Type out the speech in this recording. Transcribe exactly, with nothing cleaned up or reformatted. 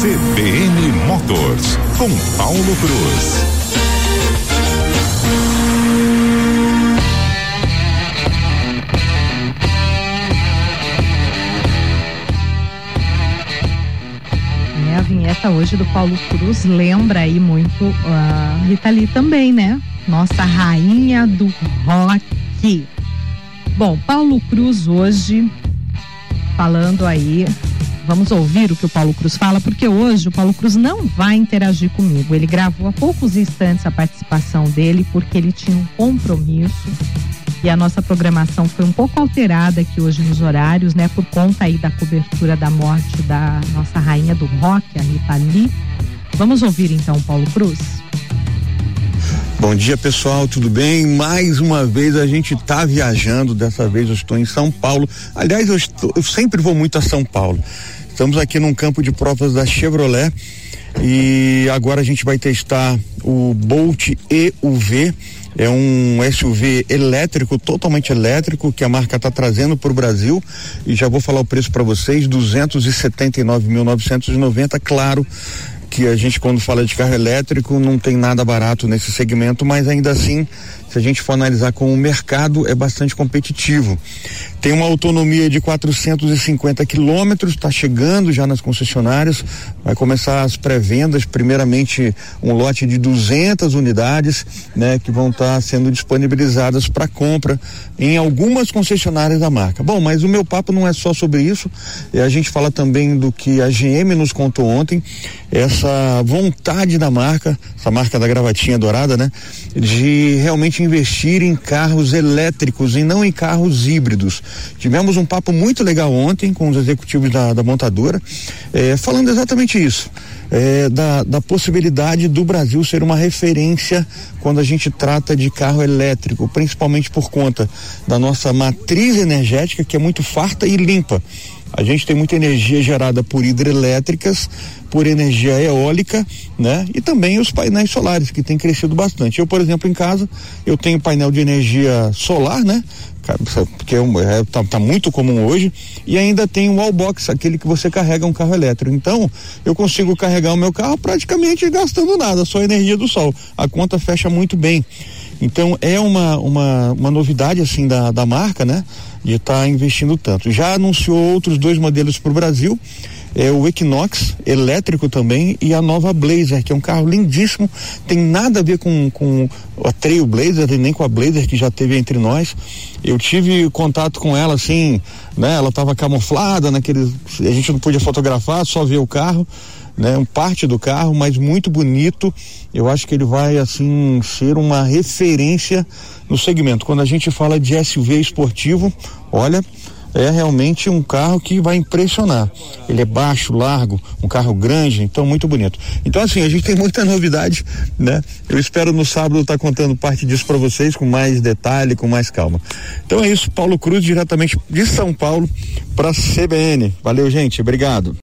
C B N Motors, com Paulo Cruz. A vinheta hoje do Paulo Cruz lembra aí muito a Rita Lee também, né? Nossa rainha do rock. Bom, Paulo Cruz hoje falando aí, vamos ouvir o que o Paulo Cruz fala, porque hoje o Paulo Cruz não vai interagir comigo. Ele gravou há poucos instantes a participação dele porque ele tinha um compromisso. E a nossa programação foi um pouco alterada aqui hoje nos horários, né? Por conta aí da cobertura da morte da nossa rainha do rock, a Rita Lee. Vamos ouvir então o Paulo Cruz. Bom dia, pessoal, tudo bem? Mais uma vez a gente tá viajando, dessa vez eu estou em São Paulo. Aliás, eu, estou, eu sempre vou muito a São Paulo. Estamos aqui num campo de provas da Chevrolet e agora a gente vai testar o Bolt E U V. É um S U V elétrico, totalmente elétrico, que a marca está trazendo para o Brasil, e já vou falar o preço para vocês: duzentos e setenta e nove mil novecentos e noventa. Claro que a gente, quando fala de carro elétrico, não tem nada barato nesse segmento, mas ainda assim, se a gente for analisar com o mercado, é bastante competitivo. Tem uma autonomia de quatrocentos e cinquenta quilômetros, está chegando já nas concessionárias, vai começar as pré-vendas, primeiramente um lote de duzentas unidades, né, que vão estar tá sendo disponibilizadas para compra em algumas concessionárias da marca. Bom, mas o meu papo não é só sobre isso, é, a gente fala também do que a G M nos contou ontem, essa vontade da marca, essa marca da gravatinha dourada, né, de realmente investir em carros elétricos e não em carros híbridos. Tivemos um papo muito legal ontem com os executivos da, da montadora, eh, falando exatamente isso, eh, da, da possibilidade do Brasil ser uma referência quando a gente trata de carro elétrico, principalmente por conta da nossa matriz energética, que é muito farta e limpa. A gente tem muita energia gerada por hidrelétricas, por energia eólica, né? E também os painéis solares, que tem crescido bastante. Eu, por exemplo, em casa, eu tenho painel de energia solar, né? Porque é, é, tá, tá muito comum hoje, e ainda tem o wallbox, aquele que você carrega um carro elétrico. Então, eu consigo carregar o meu carro praticamente gastando nada, só a energia do sol. A conta fecha muito bem. Então, é uma, uma, uma novidade, assim, da, da marca, né? De estar tá investindo tanto. Já anunciou outros dois modelos para o Brasil, é o Equinox elétrico também, e a nova Blazer, que é um carro lindíssimo, tem nada a ver com, com a Trailblazer e nem com a Blazer que já teve entre nós. Eu tive contato com ela, assim, né? Ela estava camuflada naquele, a gente não podia fotografar, só ver o carro, né? Um parte do carro, mas muito bonito. Eu acho que ele vai, assim, ser uma referência no segmento. Quando a gente fala de S U V esportivo, olha, é realmente um carro que vai impressionar. Ele é baixo, largo, um carro grande, então muito bonito. Então, assim, a gente tem muita novidade, né? Eu espero no sábado estar contando parte disso para vocês com mais detalhe, com mais calma. Então é isso, Paulo Cruz, diretamente de São Paulo para C B N. Valeu, gente, obrigado.